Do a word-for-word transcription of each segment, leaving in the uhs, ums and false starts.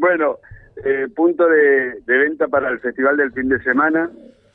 Bueno, eh, punto de, de venta para el festival del fin de semana.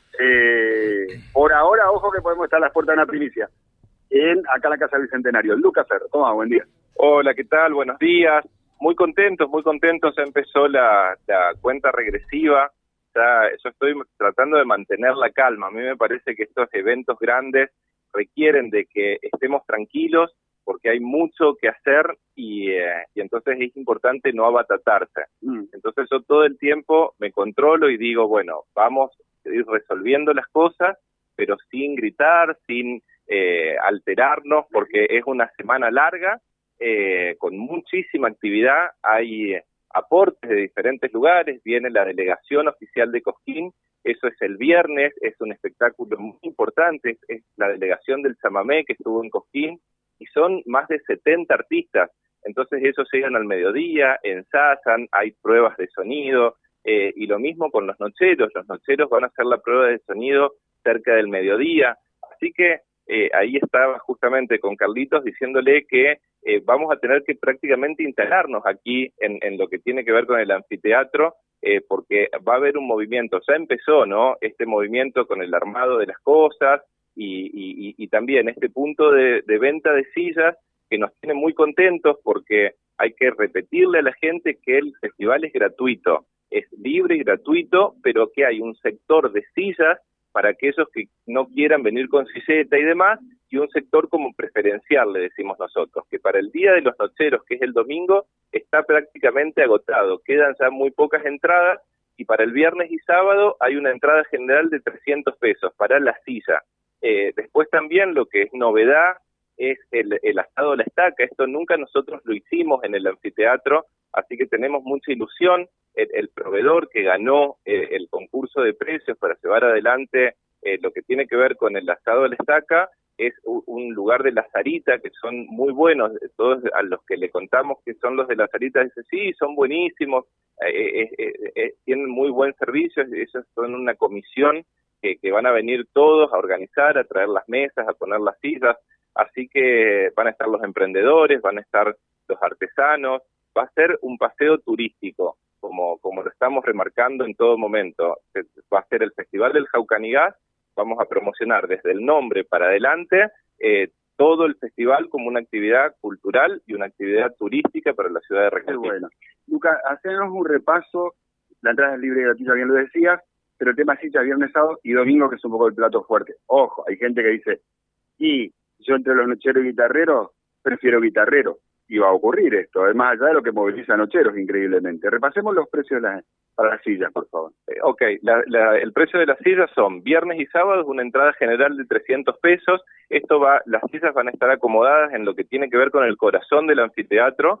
Eh, por ahora, ojo que podemos estar a las puertas de una primicia. En acá en la Casa Bicentenario. Lucas Ferro, ¿cómo va? Buen día. Hola, ¿qué tal? Buenos días. Muy contentos, muy contentos. Ya empezó la, la cuenta regresiva. Ya, yo estoy tratando de mantener la calma. A mí me parece que estos eventos grandes requieren de que estemos tranquilos porque hay mucho que hacer y, eh, y entonces es importante no abatatarse. Mm. Entonces yo todo el tiempo me controlo y digo, bueno, vamos a ir resolviendo las cosas, pero sin gritar, sin eh, alterarnos, porque es una semana larga, eh, con muchísima actividad. Hay aportes de diferentes lugares, viene la delegación oficial de Cosquín, eso es el viernes, es un espectáculo muy importante, es, es la delegación del chamamé que estuvo en Cosquín, y son más de setenta artistas, entonces ellos llegan al mediodía, ensayan, hay pruebas de sonido, eh, y lo mismo con los nocheros, los nocheros van a hacer la prueba de sonido cerca del mediodía, así que eh, ahí estaba justamente con Carlitos diciéndole que eh, vamos a tener que prácticamente instalarnos aquí en, en lo que tiene que ver con el anfiteatro, eh, porque va a haber un movimiento, ya empezó, ¿no?, este movimiento con el armado de las cosas, Y, y, y también este punto de, de venta de sillas que nos tiene muy contentos porque hay que repetirle a la gente que el festival es gratuito, es libre y gratuito, pero que hay un sector de sillas para aquellos que no quieran venir con silleta y demás, y un sector como preferencial, le decimos nosotros, que para el Día de los Nocheros, que es el domingo, está prácticamente agotado, quedan ya muy pocas entradas, y para el viernes y sábado hay una entrada general de trescientos pesos para la silla. Eh, después también lo que es novedad es el, el asado a la estaca. Esto nunca nosotros lo hicimos en el anfiteatro, así que tenemos mucha ilusión. El, el proveedor que ganó eh, el concurso de precios para llevar adelante eh, lo que tiene que ver con el asado a la estaca es un, un lugar de La Sarita, que son muy buenos. Todos a los que le contamos que son los de La Sarita dicen, sí, son buenísimos, eh, eh, eh, eh, tienen muy buen servicio, ellos son una comisión Que, que van a venir todos a organizar, a traer las mesas, a poner las sillas, así que van a estar los emprendedores, van a estar los artesanos, va a ser un paseo turístico, como, como lo estamos remarcando en todo momento. Va a ser el Festival del Jaucanigás, vamos a promocionar desde el nombre para adelante eh, todo el festival como una actividad cultural y una actividad turística para la ciudad de Recoleta. Bueno, Lucas, hacenos un repaso, la entrada es libre y gratuita, bien lo decías, pero el tema es silla, viernes, sábado y domingo, que es un poco el plato fuerte. Ojo, hay gente que dice, y yo entre los nocheros y guitarreros, prefiero guitarreros. Y va a ocurrir esto, es más allá de lo que moviliza nocheros, increíblemente. Repasemos los precios de la, para las sillas, por favor. Eh, ok, la, la, el precio de las sillas son viernes y sábados, una entrada general de trescientos pesos. Esto va, las sillas van a estar acomodadas en lo que tiene que ver con el corazón del anfiteatro.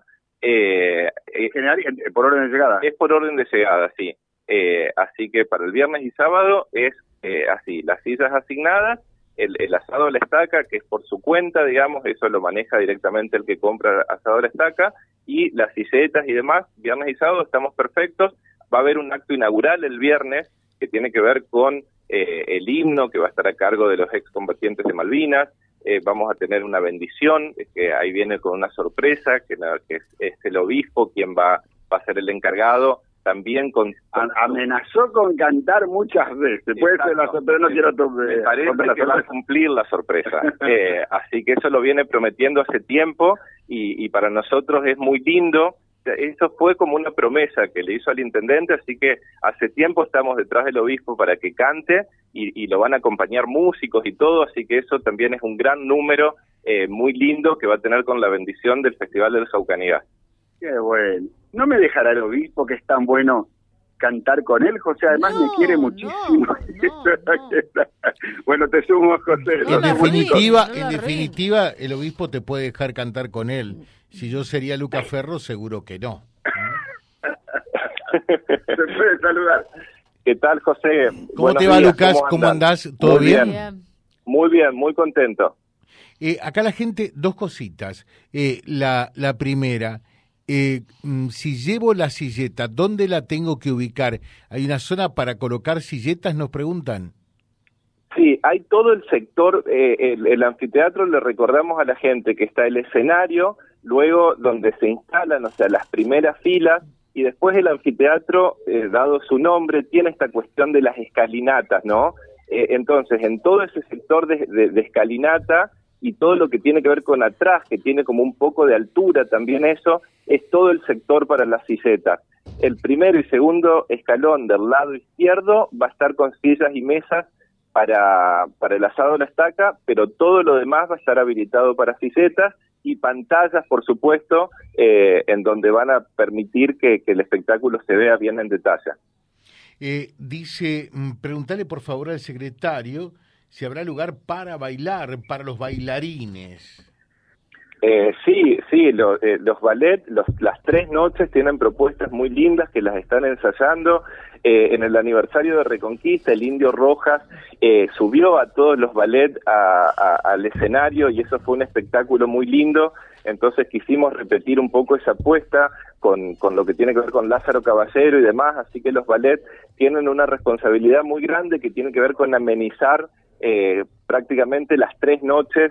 Eh, en general, eh, por orden de llegada. Es por orden de llegada, sí. Eh, así que para el viernes y sábado es eh, así, las sillas asignadas, el, el asado a la estaca, que es por su cuenta, digamos, eso lo maneja directamente el que compra asado a la estaca, y las silletas y demás, viernes y sábado estamos perfectos. Va a haber un acto inaugural el viernes que tiene que ver con eh, el himno que va a estar a cargo de los excombatientes de Malvinas. Eh, vamos a tener una bendición, que ahí viene con una sorpresa, que, la, que es, es el obispo quien va, va a ser el encargado. También con, con amenazó con cantar muchas veces, puede ser la sorpresa, no quiero to- me parece que va a cumplir la sorpresa, eh, así que eso lo viene prometiendo hace tiempo y, y para nosotros es muy lindo. Esto fue como una promesa que le hizo al intendente, así que hace tiempo estamos detrás del obispo para que cante y, y lo van a acompañar músicos y todo, así que eso también es un gran número eh, muy lindo que va a tener con la bendición del Festival del Jaucanigás. Qué bueno. ¿No me dejará el obispo, que es tan bueno, cantar con él? José, además no, me quiere muchísimo. No, no, no. Bueno, te sumo, José. En definitiva, en definitiva, el obispo te puede dejar cantar con él. Si yo sería Lucas Ferro, seguro que no. Se puede saludar. ¿Qué tal, José? ¿Cómo Buenos te va, días. Lucas? ¿Cómo, ¿Cómo andás? ¿Todo muy bien? bien? Muy bien, muy contento. Eh, acá la gente, dos cositas. Eh, la, la primera... Eh, si llevo la silleta, ¿dónde la tengo que ubicar? ¿Hay una zona para colocar silletas? Nos preguntan. Sí, hay todo el sector, eh, el, el anfiteatro, le recordamos a la gente que está el escenario, luego donde se instalan, o sea, las primeras filas, y después el anfiteatro, eh, dado su nombre, tiene esta cuestión de las escalinatas, ¿no? Eh, entonces, en todo ese sector de, de, de escalinata y todo lo que tiene que ver con atrás, que tiene como un poco de altura también eso, es todo el sector para las silletas. El primero y segundo escalón del lado izquierdo va a estar con sillas y mesas para, para el asado a la estaca, pero todo lo demás va a estar habilitado para silletas y pantallas, por supuesto, eh, en donde van a permitir que, que el espectáculo se vea bien en detalle. Eh, dice, preguntale por favor al secretario si habrá lugar para bailar, para los bailarines. Eh, sí, sí, lo, eh, los ballet, los, las tres noches tienen propuestas muy lindas que las están ensayando. Eh, en el aniversario de Reconquista, el Indio Rojas eh, subió a todos los ballet a, a, al escenario y eso fue un espectáculo muy lindo. Entonces quisimos repetir un poco esa apuesta con, con lo que tiene que ver con Lázaro Caballero y demás, así que los ballet tienen una responsabilidad muy grande que tiene que ver con amenizar eh, prácticamente las tres noches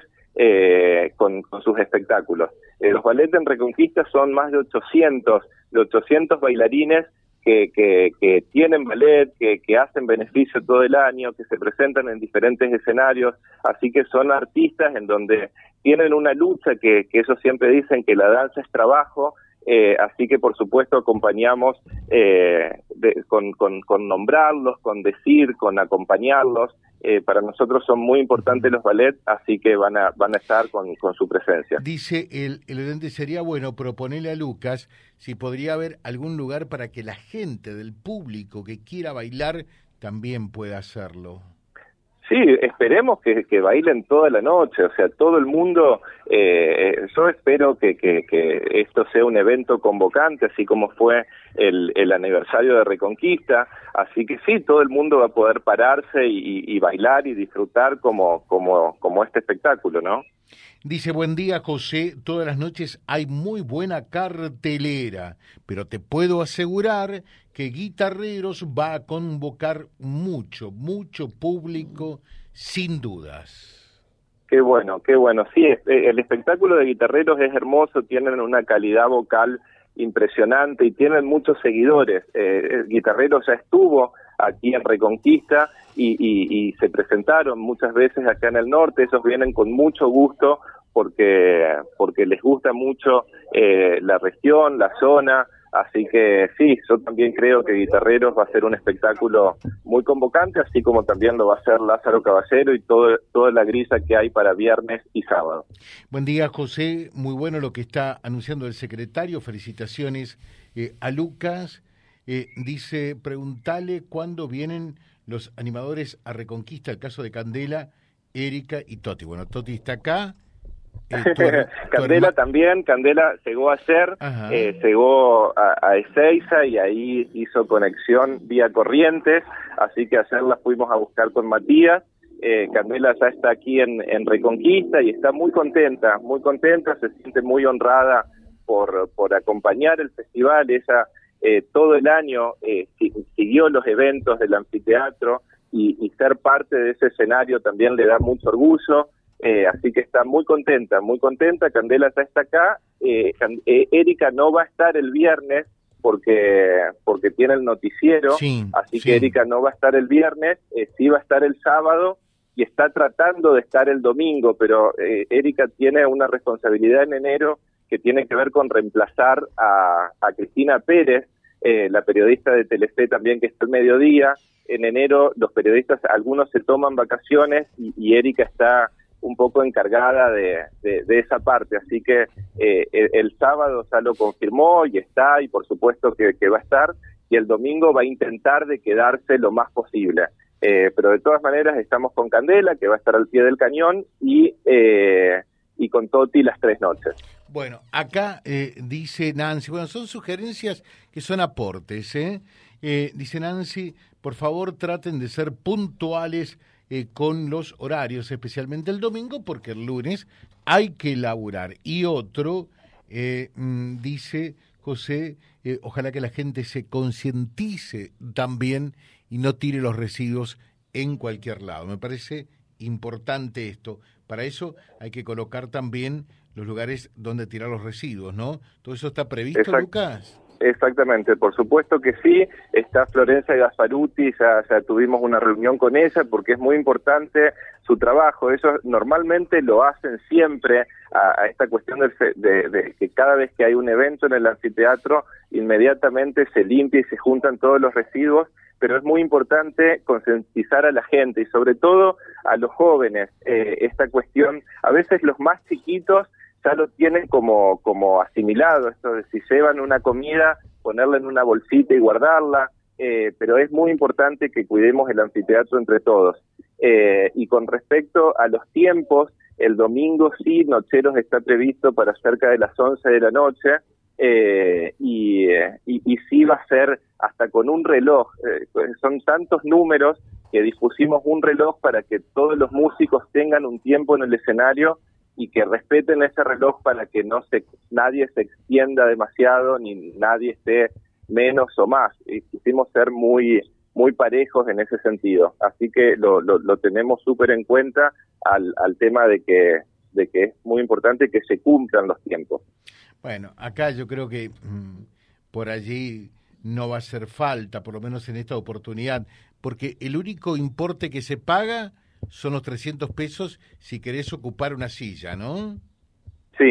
Eh, con, con sus espectáculos. Eh, los ballet en Reconquista son más de ochocientos, de ochocientos bailarines que, que, que tienen ballet, que, que hacen beneficio todo el año, que se presentan en diferentes escenarios, así que son artistas en donde tienen una lucha que, que ellos siempre dicen que la danza es trabajo, eh, así que por supuesto acompañamos eh, de, con, con, con nombrarlos, con decir, con acompañarlos. Eh, para nosotros son muy importantes los ballets, así que van a van a estar con, con su presencia. Dice el, el oyente, sería bueno proponerle a Lucas si podría haber algún lugar para que la gente del público que quiera bailar también pueda hacerlo. Sí, esperemos que, que bailen toda la noche, o sea, todo el mundo, eh, yo espero que, que, que esto sea un evento convocante, así como fue el, el aniversario de Reconquista, así que sí, todo el mundo va a poder pararse y, y bailar y disfrutar como, como, como este espectáculo, ¿no? Dice, buen día, José, todas las noches hay muy buena cartelera, pero te puedo asegurar que Guitarreros va a convocar mucho, mucho público, sin dudas. Qué bueno, qué bueno. Sí, el espectáculo de Guitarreros es hermoso, tienen una calidad vocal impresionante y tienen muchos seguidores. Eh, Guitarreros ya estuvo aquí en Reconquista y, y, y se presentaron muchas veces acá en el norte. Ellos vienen con mucho gusto porque porque les gusta mucho eh, la región, la zona, así que sí, yo también creo que Guitarreros va a ser un espectáculo muy convocante, así como también lo va a ser Lázaro Caballero y todo, toda la grilla que hay para viernes y sábado. Buen día, José, muy bueno lo que está anunciando el secretario, felicitaciones eh, a Lucas. Eh, dice, preguntale cuándo vienen los animadores a Reconquista, el caso de Candela, Erika y Toti. Bueno, Toti está acá. Eh, tu, Candela tu también, Candela llegó ayer, eh, llegó a, a Ezeiza y ahí hizo conexión vía Corrientes, así que ayer la fuimos a buscar con Matías. Eh, Candela ya está aquí en, en Reconquista y está muy contenta, muy contenta, se siente muy honrada por, por acompañar el festival. Ella eh, todo el año eh, siguió los eventos del anfiteatro y, y ser parte de ese escenario también le da mucho orgullo. Eh, así que está muy contenta, muy contenta. Candela ya está acá. Eh, eh, Erika no va a estar el viernes porque porque tiene el noticiero, sí, así sí. que Erika no va a estar el viernes, eh, sí va a estar el sábado y está tratando de estar el domingo, pero eh, Erika tiene una responsabilidad en enero que tiene que ver con reemplazar a, a Cristina Pérez, eh, la periodista de Telefe también que está al mediodía. En enero los periodistas, algunos se toman vacaciones y, y Erika está un poco encargada de, de, de esa parte, así que eh, el, el sábado ya lo confirmó y está, y por supuesto que, que va a estar, y el domingo va a intentar de quedarse lo más posible, eh, pero de todas maneras estamos con Candela, que va a estar al pie del cañón, y eh, y con Toti las tres noches. Bueno, acá eh, dice Nancy, bueno, son sugerencias que son aportes, ¿eh? Eh, dice Nancy, por favor traten de ser puntuales Eh, con los horarios, especialmente el domingo, porque el lunes hay que laburar. Y otro, eh, mm, dice José, eh, ojalá que la gente se concientice también y no tire los residuos en cualquier lado. Me parece importante esto. Para eso hay que colocar también los lugares donde tirar los residuos, ¿no? ¿Todo eso está previsto, Exacto. Lucas? Exactamente, por supuesto que sí. Está Florencia Gasparuti, ya, ya tuvimos una reunión con ella porque es muy importante su trabajo. Ellos normalmente lo hacen siempre a, a esta cuestión de, de, de que cada vez que hay un evento en el anfiteatro, inmediatamente se limpia y se juntan todos los residuos, pero es muy importante concientizar a la gente y sobre todo a los jóvenes. Eh, esta cuestión, a veces los más chiquitos ya lo tienen como, como asimilado, esto de si llevan una comida, ponerla en una bolsita y guardarla, eh, pero es muy importante que cuidemos el anfiteatro entre todos. Eh, y con respecto a los tiempos, el domingo sí, Nocheros está previsto para cerca de las once de la noche, eh, y, y, y sí va a ser hasta con un reloj, eh, son tantos números que dispusimos un reloj para que todos los músicos tengan un tiempo en el escenario y que respeten ese reloj para que no se nadie se extienda demasiado ni nadie esté menos o más. Y quisimos ser muy muy parejos en ese sentido, así que lo, lo, lo tenemos súper en cuenta al, al tema de que de que es muy importante que se cumplan los tiempos. Bueno, acá yo creo que mmm, por allí no va a hacer falta, por lo menos en esta oportunidad, porque el único importe que se paga son los trescientos pesos si querés ocupar una silla, ¿no? Sí,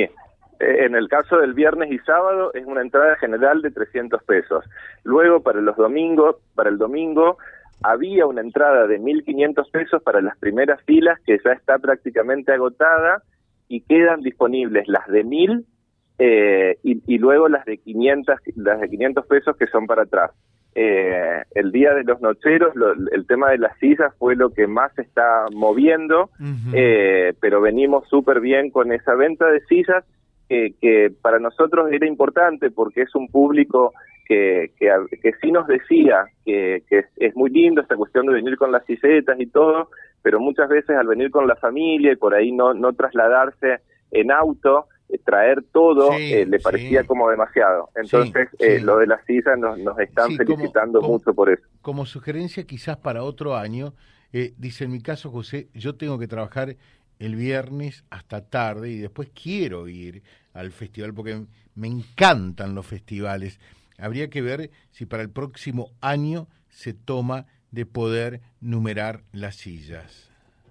en el caso del viernes y sábado es una entrada general de trescientos pesos. Luego para los domingos, para el domingo había una entrada de mil quinientos pesos para las primeras filas que ya está prácticamente agotada y quedan disponibles las de mil eh, y, y luego las de quinientos, las de quinientos pesos que son para atrás. Eh, el día de los Nocheros, lo, el tema de las sillas fue lo que más se está moviendo, uh-huh. eh, pero venimos súper bien con esa venta de sillas, eh, que para nosotros era importante porque es un público que, que, que sí nos decía que, que es, es muy lindo esta cuestión de venir con las silletas y todo, pero muchas veces al venir con la familia y por ahí no, no trasladarse en auto, traer todo, sí, eh, le parecía sí. como demasiado. Entonces, sí, eh, sí. lo de las sillas nos, nos están sí, felicitando como, mucho por eso. Como sugerencia quizás para otro año, eh, dice en mi caso, José, yo tengo que trabajar el viernes hasta tarde y después quiero ir al festival porque me encantan los festivales. Habría que ver si para el próximo año se toma de poder numerar las sillas.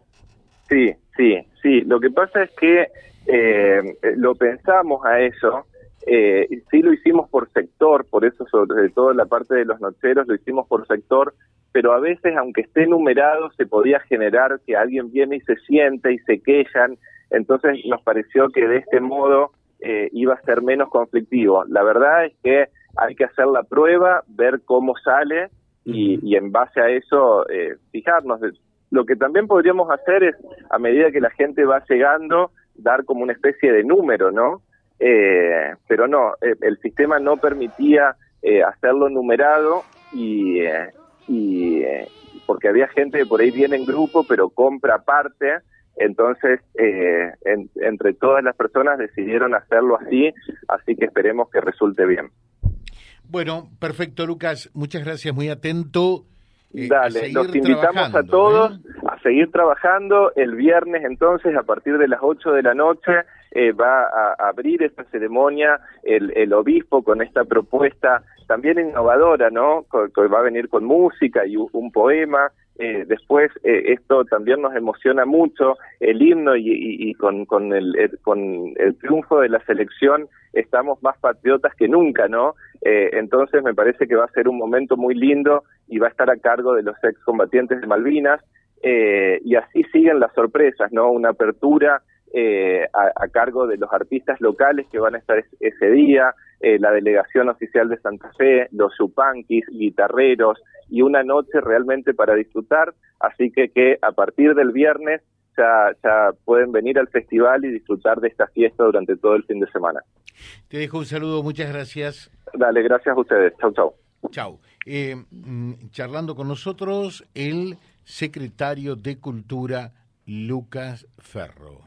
Sí, sí, sí. Lo que pasa es que Eh, lo pensamos a eso, eh, sí lo hicimos por sector, por eso sobre todo la parte de los nocheros lo hicimos por sector, pero a veces aunque esté numerado se podía generar que alguien viene y se siente y se quejan, entonces nos pareció que de este modo eh, iba a ser menos conflictivo. La verdad es que hay que hacer la prueba, ver cómo sale y, y en base a eso eh, fijarnos. Lo que también podríamos hacer es, a medida que la gente va llegando, dar como una especie de número, ¿no? Eh, pero no, eh, el sistema no permitía eh, hacerlo numerado y, eh, y eh, porque había gente que por ahí viene en grupo pero compra aparte, entonces eh, en, entre todas las personas decidieron hacerlo así, así que esperemos que resulte bien. Bueno, perfecto, Lucas, muchas gracias, muy atento. Eh, Dale, los invitamos a todos ¿eh? a seguir trabajando. El viernes entonces a partir de las ocho de la noche eh, va a abrir esta ceremonia el, el obispo con esta propuesta también innovadora, ¿no? Que va a venir con música y un, un poema. Eh, después eh, esto también nos emociona mucho, el himno y, y, y con, con, el, el, con el triunfo de la selección estamos más patriotas que nunca, ¿no? Eh, entonces me parece que va a ser un momento muy lindo y va a estar a cargo de los excombatientes de Malvinas, eh, y así siguen las sorpresas, ¿no? Una apertura eh, a, a cargo de los artistas locales que van a estar es, ese día, eh, la delegación oficial de Santa Fe, los yupanquis, guitarreros, y una noche realmente para disfrutar, así que que a partir del viernes ya, ya pueden venir al festival y disfrutar de esta fiesta durante todo el fin de semana. Te dejo un saludo, muchas gracias. Dale, gracias a ustedes, chau, chau. Chau. Eh, charlando con nosotros el secretario de Cultura, Lucas Ferro.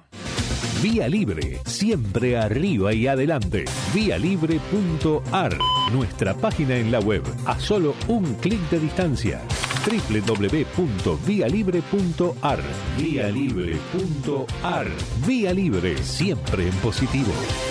Vía Libre, siempre arriba y adelante. vía libre punto a r, nuestra página en la web, a solo un clic de distancia. doble u doble u doble u punto vía libre punto a r. vía libre punto a r. Vía Libre, siempre en positivo.